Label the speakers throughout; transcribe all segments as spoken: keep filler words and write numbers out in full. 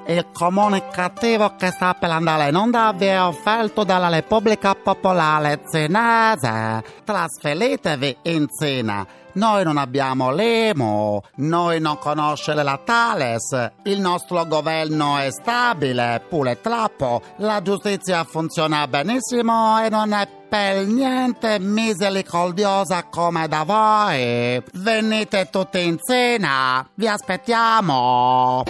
Speaker 1: Il comunicativo che sta per andare in onda vi è offerto dalla Repubblica Popolare Cinese. Trasferitevi in Cina. Noi non abbiamo l'E M U, noi non conosciamo la Thales, il nostro governo è stabile, pure troppo, la giustizia funziona benissimo e non è per niente misericordiosa come da voi. Venite tutti in Cina, vi aspettiamo.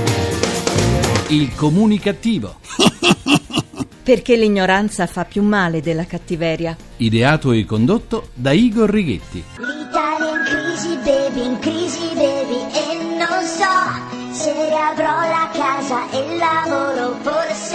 Speaker 2: Il comunicativo.
Speaker 3: Perché l'ignoranza fa più male della cattiveria.
Speaker 2: Ideato e condotto da Igor Righetti.
Speaker 4: L'Italia in crisi, baby, in crisi, baby, e non so se avrò la casa e il lavoro, forse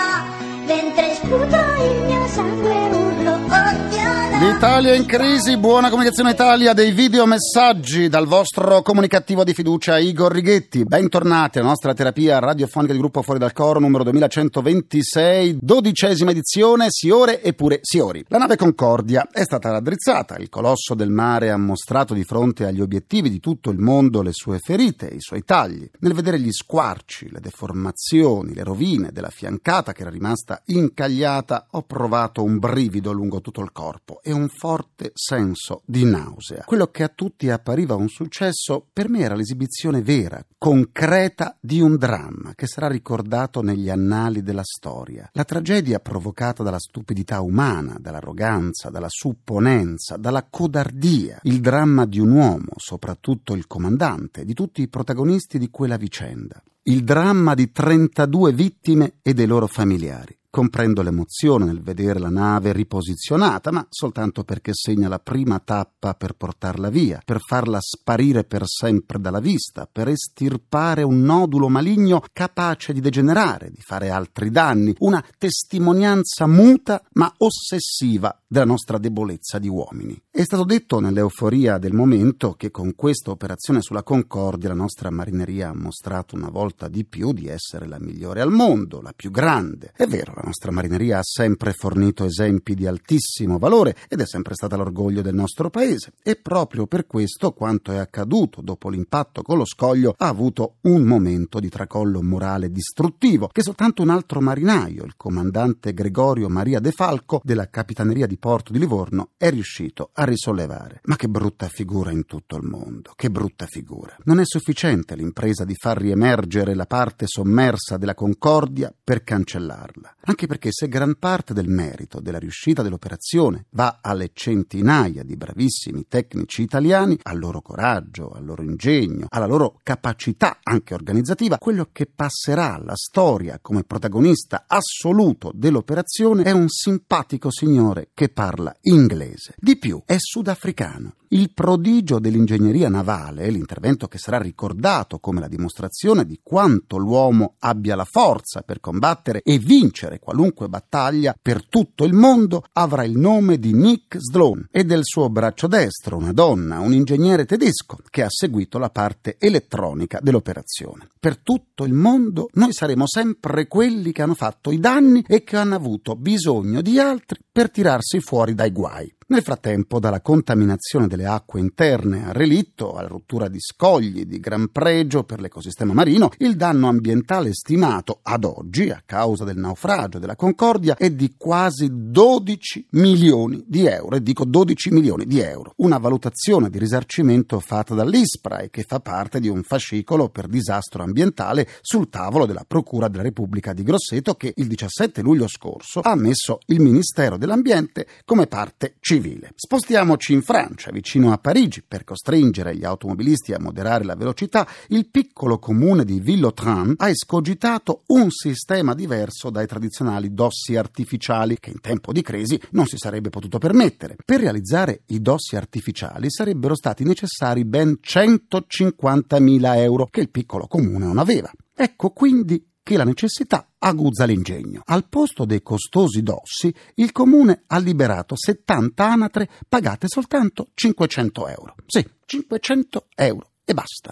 Speaker 4: no, mentre sputo il mio sangue urlo, oddio no.
Speaker 5: L'Italia in crisi, buona comunicazione Italia, dei videomessaggi dal vostro comunicativo di fiducia Igor Righetti. Bentornati alla nostra terapia radiofonica di gruppo Fuori dal Coro numero duemilacentoventisei, dodicesima edizione, Siore eppure Siori. La nave Concordia è stata raddrizzata, il colosso del mare ha mostrato di fronte agli obiettivi di tutto il mondo le sue ferite, i suoi tagli. Nel vedere gli squarci, le deformazioni, le rovine della fiancata che era rimasta incagliata, ho provato un brivido lungo tutto il corpo e un forte senso di nausea. Quello che a tutti appariva un successo, per me era l'esibizione vera, concreta di un dramma che sarà ricordato negli annali della storia. La tragedia provocata dalla stupidità umana, dall'arroganza, dalla supponenza, dalla codardia. Il dramma di un uomo, soprattutto il comandante, di tutti i protagonisti di quella vicenda. Il dramma di trentadue vittime e dei loro familiari. Comprendo l'emozione nel vedere la nave riposizionata, ma soltanto perché segna la prima tappa per portarla via, per farla sparire per sempre dalla vista, per estirpare un nodulo maligno capace di degenerare, di fare altri danni, una testimonianza muta ma ossessiva della nostra debolezza di uomini. È stato detto nell'euforia del momento che con questa operazione sulla Concordia la nostra marineria ha mostrato una volta di più di essere la migliore al mondo, la più grande. È vero, la nostra marineria ha sempre fornito esempi di altissimo valore ed è sempre stata l'orgoglio del nostro paese, e proprio per questo quanto è accaduto dopo l'impatto con lo scoglio ha avuto un momento di tracollo morale distruttivo che soltanto un altro marinaio, il comandante Gregorio Maria De Falco della Capitaneria di Porto di Livorno, è riuscito a risollevare. Ma che brutta figura in tutto il mondo, che brutta figura. Non è sufficiente l'impresa di far riemergere la parte sommersa della Concordia per cancellarla. Anche perché se gran parte del merito della riuscita dell'operazione va alle centinaia di bravissimi tecnici italiani, al loro coraggio, al loro ingegno, alla loro capacità anche organizzativa, quello che passerà alla storia come protagonista assoluto dell'operazione è un simpatico signore che parla inglese. Di più, è sudafricano. Il prodigio dell'ingegneria navale, l'intervento che sarà ricordato come la dimostrazione di quanto l'uomo abbia la forza per combattere e vincere qualunque battaglia per tutto il mondo, avrà il nome di Nick Sloan e del suo braccio destro, una donna, un ingegnere tedesco che ha seguito la parte elettronica dell'operazione. Per tutto il mondo noi saremo sempre quelli che hanno fatto i danni e che hanno avuto bisogno di altri per tirarsi fuori dai guai. Nel frattempo, dalla contaminazione delle acque interne a relitto, alla rottura di scogli di gran pregio per l'ecosistema marino, il danno ambientale stimato ad oggi, a causa del naufragio della Concordia, è di quasi dodici milioni di euro, e dico dodici milioni di euro. Una valutazione di risarcimento fatta dall'ISPRA e che fa parte di un fascicolo per disastro ambientale sul tavolo della Procura della Repubblica di Grosseto che il diciassette luglio scorso ha messo il Ministero dell'Ambiente come parte civile. Spostiamoci in Francia, vicino a Parigi, per costringere gli automobilisti a moderare la velocità. Il piccolo comune di Villotran ha escogitato un sistema diverso dai tradizionali dossi artificiali che in tempo di crisi non si sarebbe potuto permettere. Per realizzare i dossi artificiali sarebbero stati necessari ben centocinquantamila euro che il piccolo comune non aveva. Ecco quindi che la necessità aguzza l'ingegno. Al posto dei costosi dossi, il comune ha liberato settanta anatre pagate soltanto cinquecento euro. Sì, cinquecento euro e basta.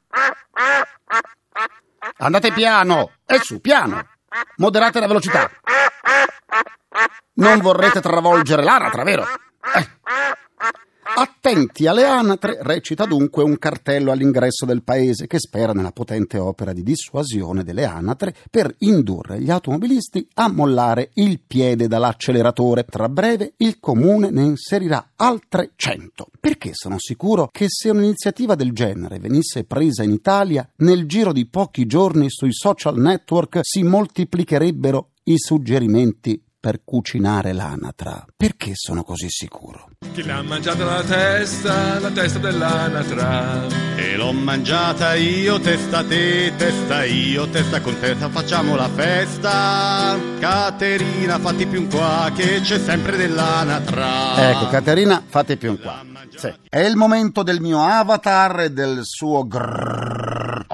Speaker 5: Andate piano, e su, piano. Moderate la velocità. Non vorrete travolgere l'anatra, vero? Eh. Attenti alle anatre recita dunque un cartello all'ingresso del paese che spera nella potente opera di dissuasione delle anatre per indurre gli automobilisti a mollare il piede dall'acceleratore. Tra breve il comune ne inserirà altre cento. Perché sono sicuro che se un'iniziativa del genere venisse presa in Italia, nel giro di pochi giorni sui social network si moltiplicherebbero i suggerimenti per cucinare l'anatra. Perché sono così sicuro?
Speaker 6: Chi l'ha mangiata la testa, la testa dell'anatra?
Speaker 7: E l'ho mangiata io, testa te, testa io, testa con testa, facciamo la festa. Caterina, fatti più un qua, che c'è sempre dell'anatra.
Speaker 5: Ecco, Caterina, fate più un qua. Sì. È il momento del mio avatar e del suo grrrr.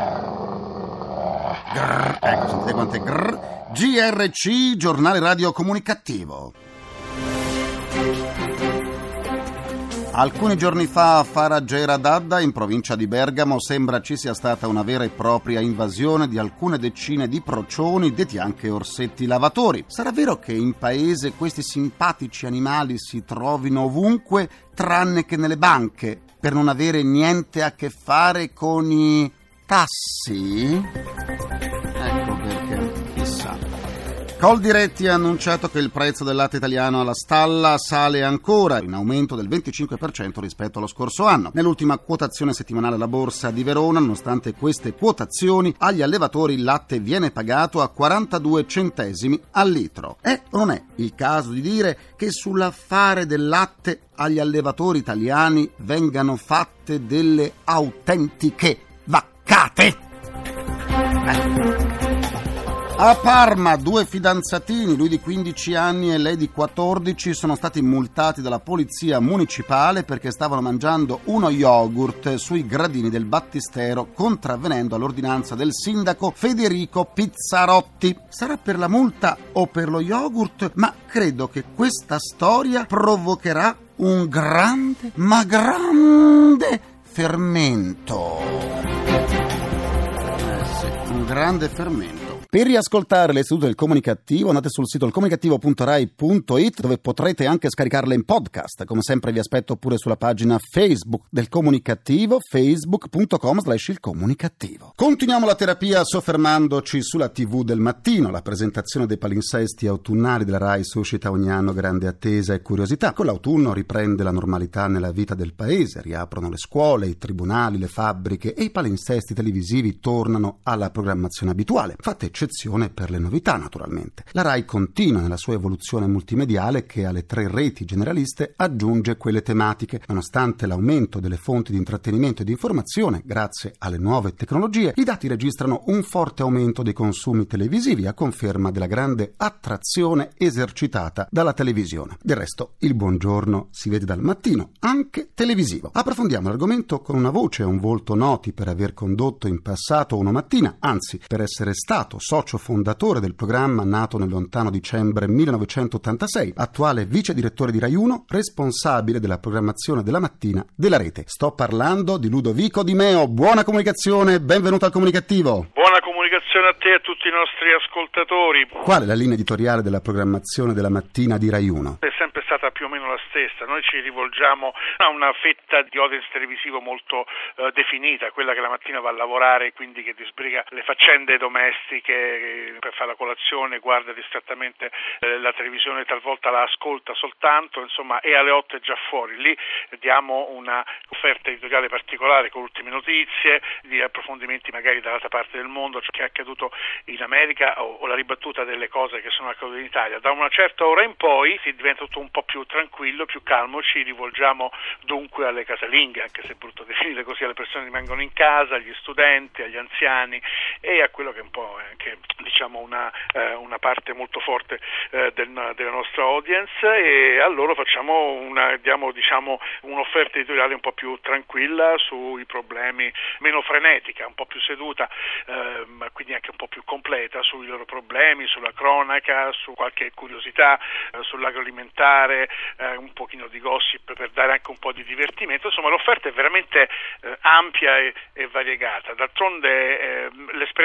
Speaker 5: Grrr. Ecco, sentite quante grrr. G R C, giornale radio comunicativo. Alcuni giorni fa a Faragera d'Adda, in provincia di Bergamo, sembra ci sia stata una vera e propria invasione di alcune decine di procioni, detti anche orsetti lavatori. Sarà vero che in paese questi simpatici animali si trovino ovunque, tranne che nelle banche, per non avere niente a che fare con i tassi? Ecco perché, chissà. Coldiretti ha annunciato che il prezzo del latte italiano alla stalla sale ancora, in aumento del venticinque per cento rispetto allo scorso anno. Nell'ultima quotazione settimanale alla borsa di Verona, nonostante queste quotazioni, agli allevatori il latte viene pagato a quarantadue centesimi al litro. È o non è il caso di dire che sull'affare del latte agli allevatori italiani vengano fatte delle autentiche vaccate? Eh. A Parma due fidanzatini, lui di quindici anni e lei di quattordici, sono stati multati dalla polizia municipale perché stavano mangiando uno yogurt sui gradini del battistero, contravvenendo all'ordinanza del sindaco Federico Pizzarotti. Sarà per la multa o per lo yogurt, ma credo che questa storia provocherà un grande, ma grande fermento. Eh sì, un grande fermento. Per riascoltare le sedute del Comunicativo andate sul sito ilcomunicativo punto rai punto it, dove potrete anche scaricarle in podcast. Come sempre vi aspetto pure sulla pagina Facebook del Comunicativo, facebook punto com slash il comunicativo. Continuiamo la terapia soffermandoci sulla tivù del mattino. La presentazione dei palinsesti autunnali della Rai suscita ogni anno grande attesa e curiosità. Con l'autunno riprende la normalità nella vita del paese, riaprono le scuole, i tribunali, le fabbriche e i palinsesti televisivi tornano alla programmazione abituale. Fate eccezione per le novità, naturalmente. La Rai continua nella sua evoluzione multimediale che alle tre reti generaliste aggiunge quelle tematiche. Nonostante l'aumento delle fonti di intrattenimento e di informazione grazie alle nuove tecnologie, i dati registrano un forte aumento dei consumi televisivi, a conferma della grande attrazione esercitata dalla televisione. Del resto, il buongiorno si vede dal mattino, anche televisivo. Approfondiamo l'argomento con una voce e un volto noti per aver condotto in passato Uno Mattina, anzi per essere stato socio fondatore del programma nato nel lontano dicembre millenovecentottantasei, attuale vice direttore di Rai uno, responsabile della programmazione della mattina della rete. Sto parlando di Ludovico Di Meo. Buona comunicazione, benvenuto al Comunicativo.
Speaker 8: Buona comunicazione a te e a tutti i nostri ascoltatori.
Speaker 5: Qual è la linea editoriale della programmazione della mattina di Rai uno?
Speaker 8: È sempre stata più o meno la stessa. Noi ci rivolgiamo a una fetta di audience televisivo molto eh, definita, quella che la mattina va a lavorare, quindi che disbriga le faccende domestiche, per fare la colazione guarda distrattamente eh, la televisione, talvolta la ascolta soltanto, insomma, e alle otto è già fuori. Lì diamo una offerta editoriale particolare con ultime notizie, di approfondimenti magari dall'altra parte del mondo, ciò che è accaduto in America o, o la ribattuta delle cose che sono accadute in Italia. Da una certa ora in poi si diventa tutto un po' più tranquillo, più calmo. Ci rivolgiamo dunque alle casalinghe, anche se è brutto definire così, alle persone che rimangono in casa, agli studenti, agli anziani e a quello che è un po' anche diciamo una, eh, una parte molto forte eh, del, della nostra audience, e a loro facciamo una, diamo diciamo un'offerta editoriale un po' più tranquilla sui problemi, meno frenetica, un po' più seduta, eh, quindi anche un po' più completa sui loro problemi, sulla cronaca, su qualche curiosità, eh, sull'agroalimentare, eh, un pochino di gossip per dare anche un po' di divertimento. Insomma, l'offerta è veramente eh, ampia e, e variegata. D'altronde eh, l'esperienza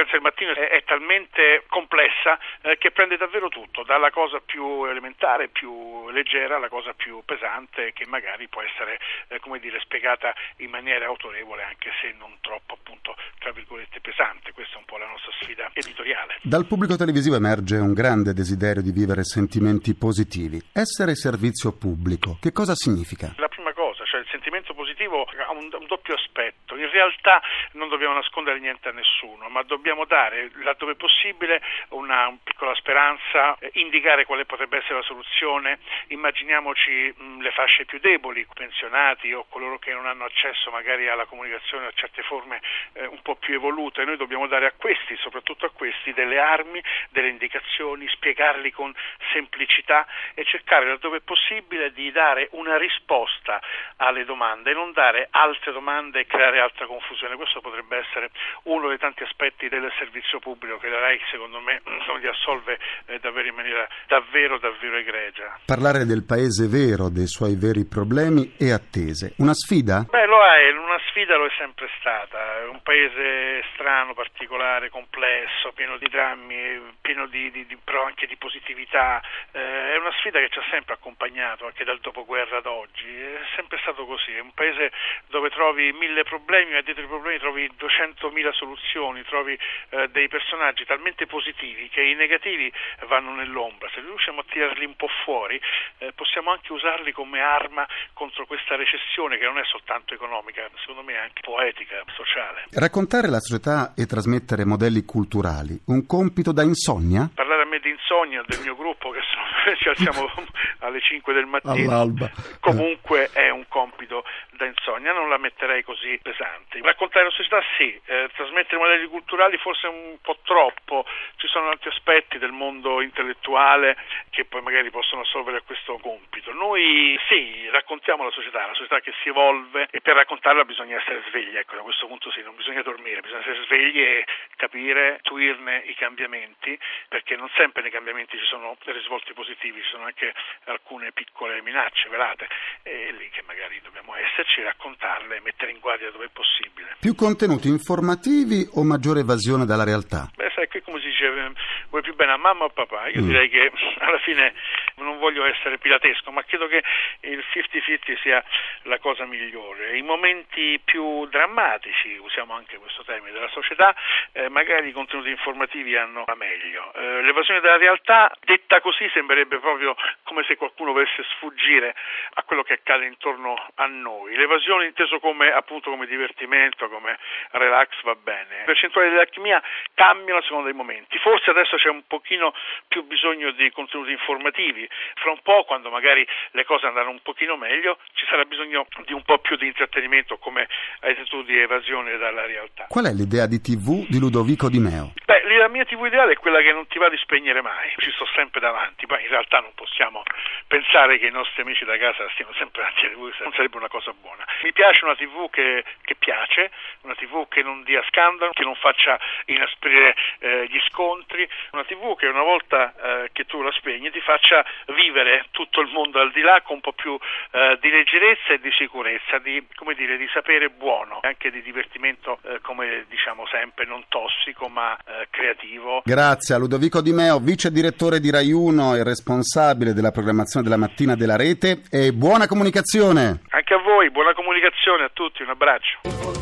Speaker 8: frequenza del mattino è, è talmente complessa eh, che prende davvero tutto, dalla cosa più elementare, più leggera, alla cosa più pesante, che magari può essere eh, come dire spiegata in maniera autorevole, anche se non troppo appunto tra virgolette pesante. Questa è un po' la nostra sfida editoriale.
Speaker 5: Dal pubblico televisivo emerge un grande desiderio di vivere sentimenti positivi. Essere servizio pubblico, che cosa significa?
Speaker 8: La prima cosa, cioè il sentimento positivo ha un, un doppio aspetto. In realtà non dobbiamo nascondere niente a nessuno, ma dobbiamo dare, laddove possibile, una, una piccola speranza, eh, indicare quale potrebbe essere la soluzione. Immaginiamoci mh, le fasce più deboli, pensionati o coloro che non hanno accesso magari alla comunicazione, a certe forme eh, un po' più evolute. Noi dobbiamo dare a questi, soprattutto a questi, delle armi, delle indicazioni, spiegarli con semplicità e cercare laddove possibile di dare una risposta alle domande e non dare altre domande e creare altra confusione. Questo potrebbe essere uno dei tanti aspetti del servizio pubblico che la RAI secondo me non li assolve eh, davvero in maniera davvero davvero egregia.
Speaker 5: Parlare del paese vero, dei suoi veri problemi e attese. Una sfida?
Speaker 8: Beh, lo è, una sfida lo è sempre stata. È un paese strano, particolare, complesso, pieno di drammi, pieno di, di, di però anche di positività. Eh, è una sfida che ci ha sempre accompagnato anche dal dopoguerra ad oggi. È sempre stato così. È un paese dove trovi mille problemi, ma dietro i problemi trovi duecentomila soluzioni, trovi eh, dei personaggi talmente positivi che i negativi vanno nell'ombra. Se riusciamo a tirarli un po' fuori, eh, possiamo anche usarli come arma contro questa recessione che non è soltanto economica, secondo me è anche poetica, sociale.
Speaker 5: Raccontare la società e trasmettere modelli culturali, un compito da insonnia?
Speaker 8: Parlare a me di insonnia del mio gruppo, che sono, ci alziamo alle cinque del mattino,
Speaker 5: all'alba,
Speaker 8: comunque è un compito da insonnia, non la metterei così pesante. Raccontare la società sì, eh, trasmettere modelli culturali forse un po' troppo. Ci sono altri aspetti del mondo intellettuale che poi magari possono assolvere a questo compito. Noi sì, raccontiamo la società, la società che si evolve, e per raccontarla bisogna essere svegli, ecco, da questo punto sì, non bisogna dormire, bisogna essere svegli e capire, intuirne i cambiamenti, perché non sempre nei cambiamenti ci sono risvolti positivi, ci sono anche alcune piccole minacce velate, e è lì che magari dobbiamo esserci, raccontarle e mettere in guardia dove è possibile.
Speaker 5: Più contenuti informativi o maggiore evasione dalla realtà?
Speaker 8: Beh, sai, qui come si dice, vuoi più bene a mamma o a papà? Io mm. direi che alla fine non voglio essere pilatesco, ma credo che il cinquanta cinquanta sia la cosa migliore. In momenti più drammatici, usiamo anche questo termine, della società, eh, magari i contenuti informativi hanno la meglio. Eh, l'evasione della realtà, detta così, sembrerebbe proprio come se qualcuno volesse sfuggire a quello che accade intorno a noi. L'evasione inteso come appunto come divertimento, come relax, va bene. Le percentuali dell'alchimia cambiano a seconda dei momenti. Forse adesso c'è un pochino più bisogno di contenuti informativi. Fra un po', quando magari le cose andranno un pochino meglio, ci sarà bisogno di un po' più di intrattenimento, come hai detto tu, di evasione dalla realtà.
Speaker 5: Qual è l'idea di tivù di Ludovico Di Meo?
Speaker 8: Beh, la mia tivù ideale è quella che non ti va di spegnere mai. Ci sto sempre davanti, ma in realtà non possiamo pensare che i nostri amici da casa stiano sempre davanti a tivù, non sarebbe una cosa buona. Mi piace una tivù che, che piace, una tivù che non dia scandalo, che non faccia inasprire eh, gli scontri, una tivù che una volta eh, che tu la spegni ti faccia vivere tutto il mondo al di là con un po' più eh, di leggerezza e di sicurezza, di, come dire, di sapere buono, anche di divertimento, eh, come diciamo sempre, non tossico ma eh, creativo.
Speaker 5: Grazie a Ludovico Di Meo, vice direttore di Rai uno e responsabile della programmazione della mattina della rete, e buona comunicazione.
Speaker 8: Anche a voi, buona comunicazione a tutti, un abbraccio.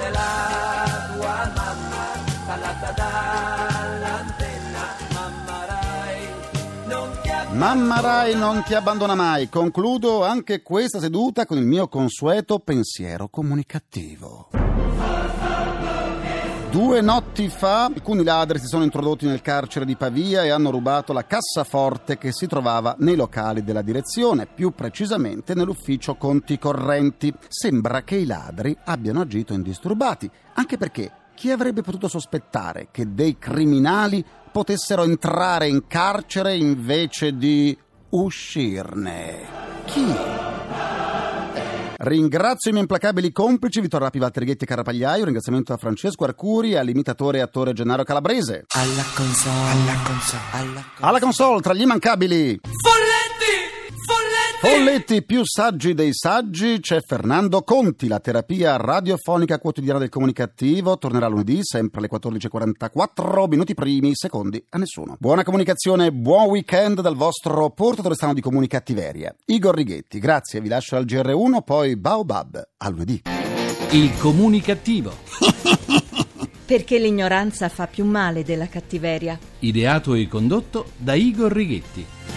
Speaker 5: Mamma Rai non ti abbandona mai. Concludo anche questa seduta con il mio consueto pensiero comunicativo. Due notti fa alcuni ladri si sono introdotti nel carcere di Pavia e hanno rubato la cassaforte che si trovava nei locali della direzione, più precisamente nell'ufficio conti correnti. Sembra che i ladri abbiano agito indisturbati, anche perché chi avrebbe potuto sospettare che dei criminali potessero entrare in carcere invece di uscirne? Chi? Ringrazio i miei implacabili complici Vittorio Rapi, Walter Righetti e Carapagliaio. Un ringraziamento a Francesco Arcuri e all'imitatore e attore Gennaro Calabrese.
Speaker 9: Alla console, alla console, alla console.
Speaker 5: Alla console, tra gli immancabili
Speaker 9: Folletti! Folletti!
Speaker 5: Folletti più saggi dei saggi, c'è Fernando Conti, la terapia radiofonica quotidiana del comunicativo, tornerà lunedì, sempre alle quattordici e quarantaquattro, minuti primi, secondi a nessuno. Buona comunicazione, buon weekend dal vostro portatore strano di comunicattiveria, Igor Righetti. Grazie, vi lascio al G R uno, poi Baobab, a lunedì.
Speaker 2: Il comunicativo.
Speaker 3: Perché l'ignoranza fa più male della cattiveria.
Speaker 2: Ideato e condotto da Igor Righetti.